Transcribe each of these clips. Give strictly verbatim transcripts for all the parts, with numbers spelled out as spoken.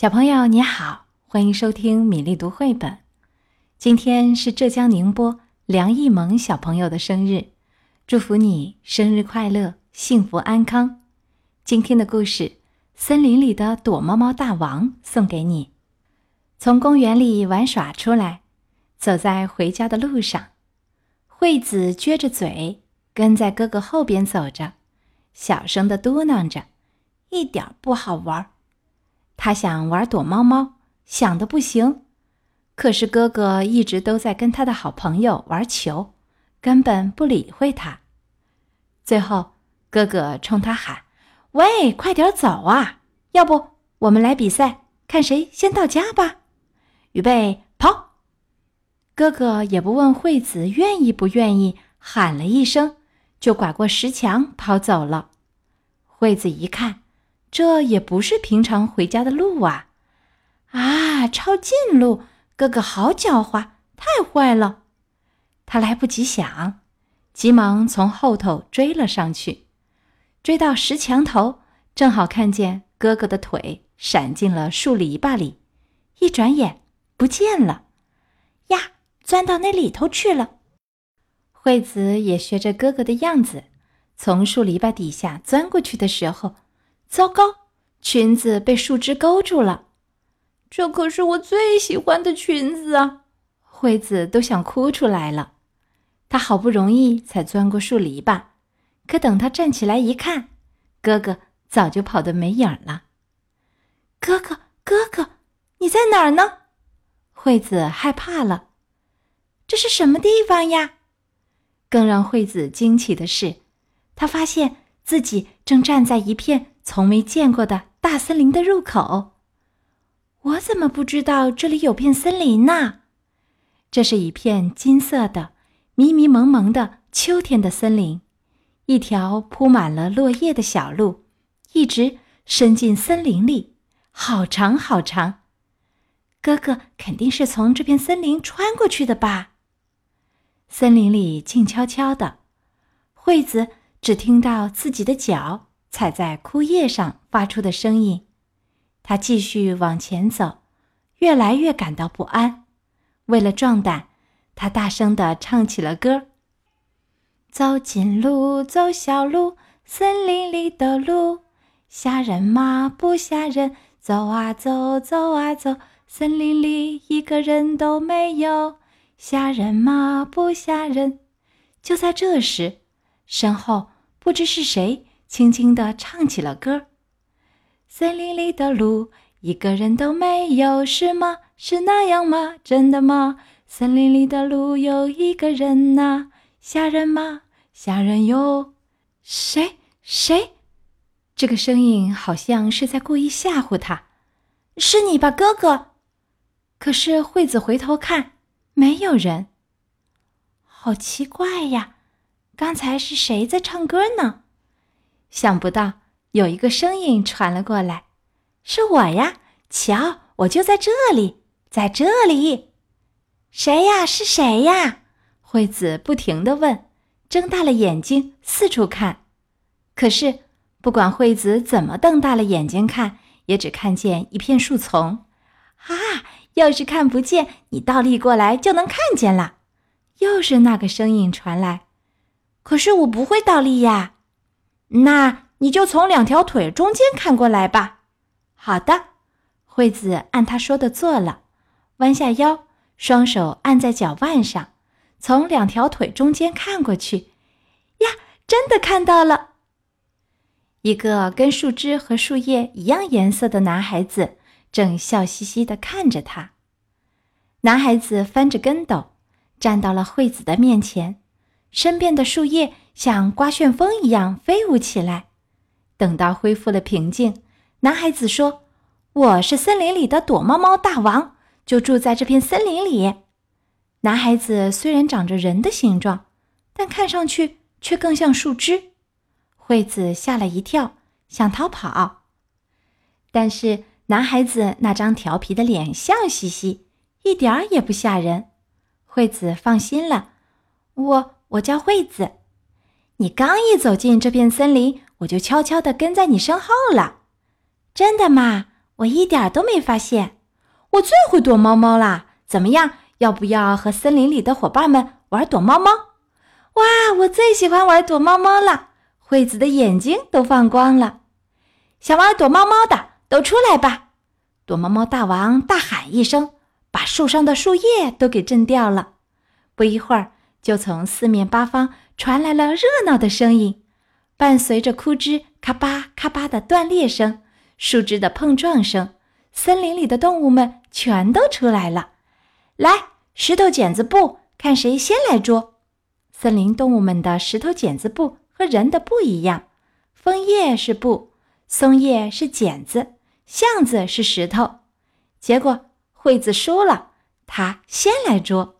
小朋友你好，欢迎收听米粒读绘本。今天是浙江宁波梁艺萌小朋友的生日，祝福你生日快乐，幸福安康。今天的故事，森林里的躲猫猫大王送给你。从公园里玩耍出来，走在回家的路上，惠子撅着嘴跟在哥哥后边走着，小声地嘟囔着，一点不好玩。他想玩躲猫猫，想得不行，可是哥哥一直都在跟他的好朋友玩球，根本不理会他。最后哥哥冲他喊，喂，快点走啊，要不我们来比赛，看谁先到家吧。预备跑。哥哥也不问惠子愿意不愿意，喊了一声，就拐过石墙跑走了。惠子一看，这也不是平常回家的路啊！啊，抄近路，哥哥好狡猾，太坏了！他来不及想，急忙从后头追了上去。追到石墙头，正好看见哥哥的腿闪进了树篱笆里，一转眼不见了。呀，钻到那里头去了！惠子也学着哥哥的样子，从树篱笆底下钻过去的时候，糟糕，裙子被树枝勾住了。这可是我最喜欢的裙子啊！惠子都想哭出来了。她好不容易才钻过树篱笆，可等她站起来一看，哥哥早就跑得没影了。哥哥，哥哥，你在哪儿呢？惠子害怕了。这是什么地方呀？更让惠子惊奇的是，她发现自己正站在一片从没见过的大森林的入口。我怎么不知道这里有片森林呢？这是一片金色的、迷迷蒙蒙的秋天的森林，一条铺满了落叶的小路，一直伸进森林里，好长好长。哥哥肯定是从这片森林穿过去的吧？森林里静悄悄的，惠子只听到自己的脚踩在枯叶上发出的声音。他继续往前走，越来越感到不安。为了壮胆，他大声地唱起了歌。走近路，走小路，森林里的路，吓人吗？不吓人，走啊走，走啊走，森林里一个人都没有，吓人吗？不吓人。就在这时，身后不知是谁轻轻地唱起了歌。森林里的路，一个人都没有，是吗？是那样吗？真的吗？森林里的路有一个人啊，吓人吗？吓人哟！谁？谁？这个声音好像是在故意吓唬他。是你吧，哥哥？可是惠子回头看，没有人。好奇怪呀，刚才是谁在唱歌呢？想不到有一个声音传了过来，是我呀，瞧，我就在这里，在这里。谁呀？是谁呀？惠子不停地问，睁大了眼睛四处看。可是不管惠子怎么瞪大了眼睛看，也只看见一片树丛。啊，要是看不见，你倒立过来就能看见了。又是那个声音传来。可是我不会倒立呀。那你就从两条腿中间看过来吧。好的，惠子按他说的做了，弯下腰，双手按在脚腕上，从两条腿中间看过去。呀，真的看到了！一个跟树枝和树叶一样颜色的男孩子正笑嘻嘻地看着他。男孩子翻着跟斗，站到了惠子的面前，身边的树叶像刮旋风一样飞舞起来。等到恢复了平静，男孩子说，我是森林里的躲猫猫大王，就住在这片森林里。男孩子虽然长着人的形状，但看上去却更像树枝。惠子吓了一跳，想逃跑。但是男孩子那张调皮的脸笑嘻嘻，一点儿也不吓人。惠子放心了，我我叫惠子。你刚一走进这片森林，我就悄悄地跟在你身后了。真的吗？ 我一点都没发现。我最会躲猫猫啦，怎么样，要不要和森林里的伙伴们玩躲猫猫？哇，我最喜欢玩躲猫猫了，惠子的眼睛都放光了。想玩躲猫猫的都出来吧！躲猫猫大王大喊一声，把树上的树叶都给震掉了。不一会儿，就从四面八方传来了热闹的声音，伴随着枯枝咔吧咔吧的断裂声，树枝的碰撞声，森林里的动物们全都出来了。来，石头剪子布，看谁先来捉。森林动物们的石头剪子布和人的不一样，枫叶是布，松叶是剪子，橡子是石头。结果惠子输了，她先来捉。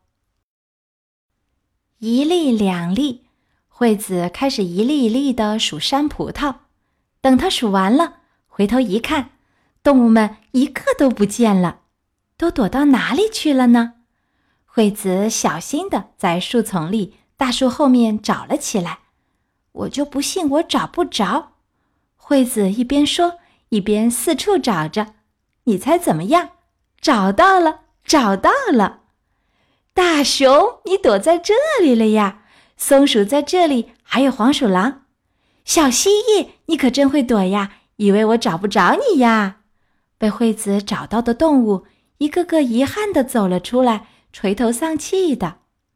一粒两粒，惠子开始一粒一粒地数山葡萄。等她数完了，回头一看，动物们一个都不见了，都躲到哪里去了呢？惠子小心地在树丛里、大树后面找了起来。我就不信我找不着。惠子一边说，一边四处找着。你猜怎么样？找到了，找到了！大熊，你躲在这里了呀！松鼠在这里，还有黄鼠狼。小蜥蜴，你可真会躲呀，以为我找不着你呀？被惠子找到的动物，一个个遗憾地走了出来，垂头丧气的。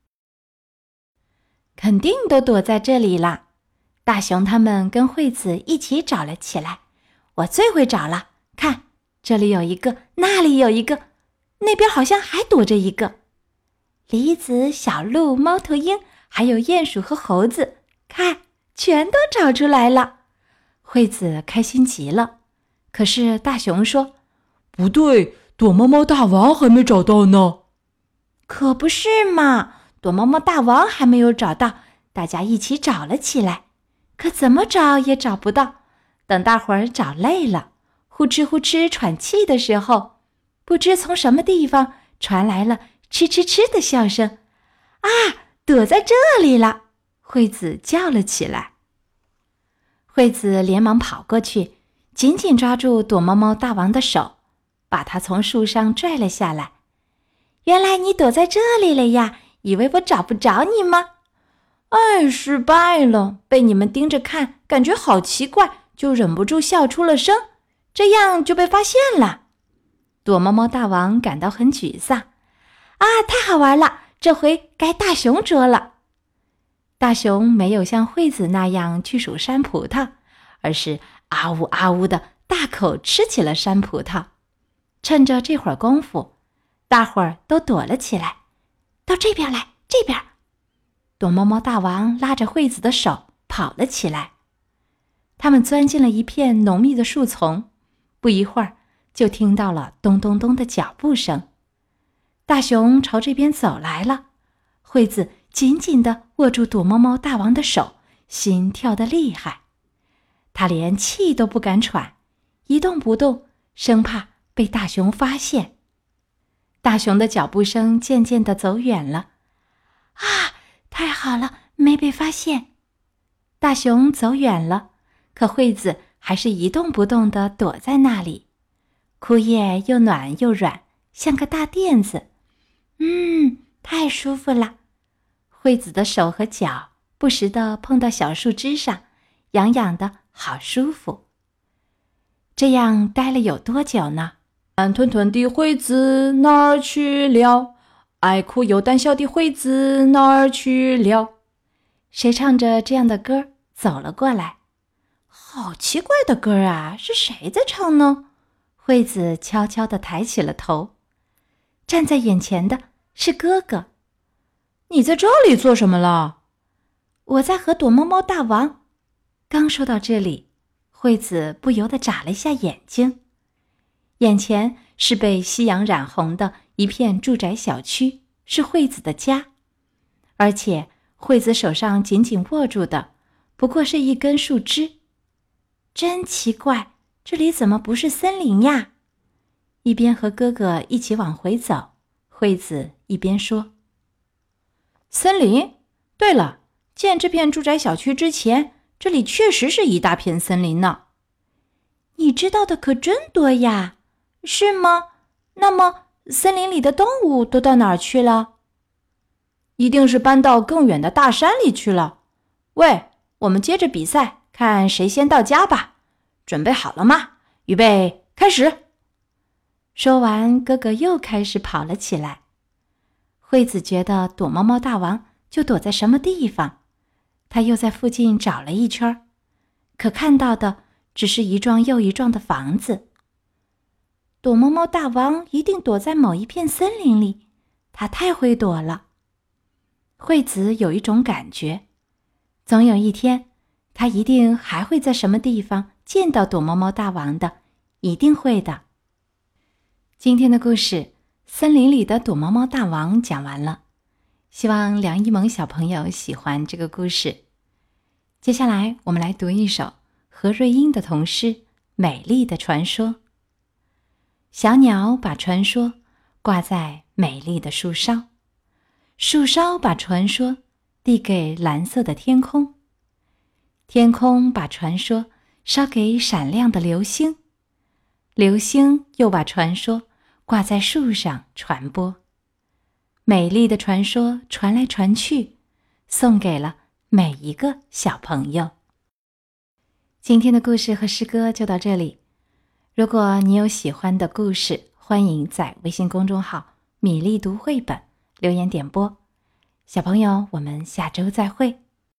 肯定都躲在这里啦！大熊他们跟惠子一起找了起来。我最会找了，看，这里有一个，那里有一个，那边好像还躲着一个。梨子、小鹿、猫头鹰，还有鼹鼠和猴子，看，全都找出来了。惠子开心极了。可是大熊说， 不对，躲猫猫大王还没找到呢。 可不是嘛，躲猫猫大王还没有找到，大家一起找了起来，可怎么找也找不到。等大伙儿找累了，呼哧呼哧喘气的时候，不知从什么地方传来了嗤嗤嗤的笑声。啊，躲在这里了！惠子叫了起来。惠子连忙跑过去，紧紧抓住躲猫猫大王的手，把他从树上拽了下来。原来你躲在这里了呀，以为我找不着你吗？哎，失败了，被你们盯着看，感觉好奇怪，就忍不住笑出了声，这样就被发现了。躲猫猫大王感到很沮丧。啊，太好玩了，这回该大熊捉了。大熊没有像惠子那样去数山葡萄，而是啊呜啊呜的大口吃起了山葡萄。趁着这会儿功夫，大伙儿都躲了起来。到这边来，这边！躲猫猫大王拉着惠子的手跑了起来。他们钻进了一片浓密的树丛，不一会儿就听到了咚咚咚的脚步声。大熊朝这边走来了，惠子紧紧地握住躲猫猫大王的手，心跳得厉害。他连气都不敢喘，一动不动，生怕被大熊发现。大熊的脚步声渐渐地走远了。啊，太好了，没被发现。大熊走远了，可惠子还是一动不动地躲在那里。枯叶又暖又软，像个大垫子。嗯，太舒服了。惠子的手和脚不时地碰到小树枝上，痒痒的，好舒服。这样待了有多久呢？ 慢吞吞的惠子哪儿去了？爱哭又胆小的惠子哪儿去了？ 谁唱着这样的歌走了过来？好奇怪的歌啊，是谁在唱呢？惠子悄悄地抬起了头，站在眼前的是哥哥。 你在这里做什么了？ 我在和躲猫猫大王。刚说到这里，惠子不由得眨了一下眼睛。眼前是被夕阳染红的一片住宅小区，是惠子的家。而且惠子手上紧紧握住的不过是一根树枝。真奇怪，这里怎么不是森林呀？一边和哥哥一起往回走，惠子一边说： 森林？对了，建这片住宅小区之前，这里确实是一大片森林呢。 你知道的可真多呀！ 是吗？那么森林里的动物都到哪儿去了？一定是搬到更远的大山里去了。喂，我们接着比赛，看谁先到家吧。准备好了吗？预备，开始。 说完，哥哥又开始跑了起来。惠子觉得躲猫猫大王就躲在什么地方，他又在附近找了一圈，可看到的只是一幢又一幢的房子。躲猫猫大王一定躲在某一片森林里，他太会躲了。惠子有一种感觉，总有一天，他一定还会在什么地方见到躲猫猫大王的，一定会的。今天的故事《森林里的躲猫猫大王》讲完了，希望梁一萌小朋友喜欢这个故事。接下来我们来读一首何瑞英的童诗《美丽的传说》。小鸟把传说挂在美丽的树梢，树梢把传说递给蓝色的天空，天空把传说捎给闪亮的流星，流星又把传说挂在树上传播。美丽的传说传来传去，送给了每一个小朋友。今天的故事和诗歌就到这里。如果你有喜欢的故事，欢迎在微信公众号米粒读绘本留言点播。小朋友，我们下周再会。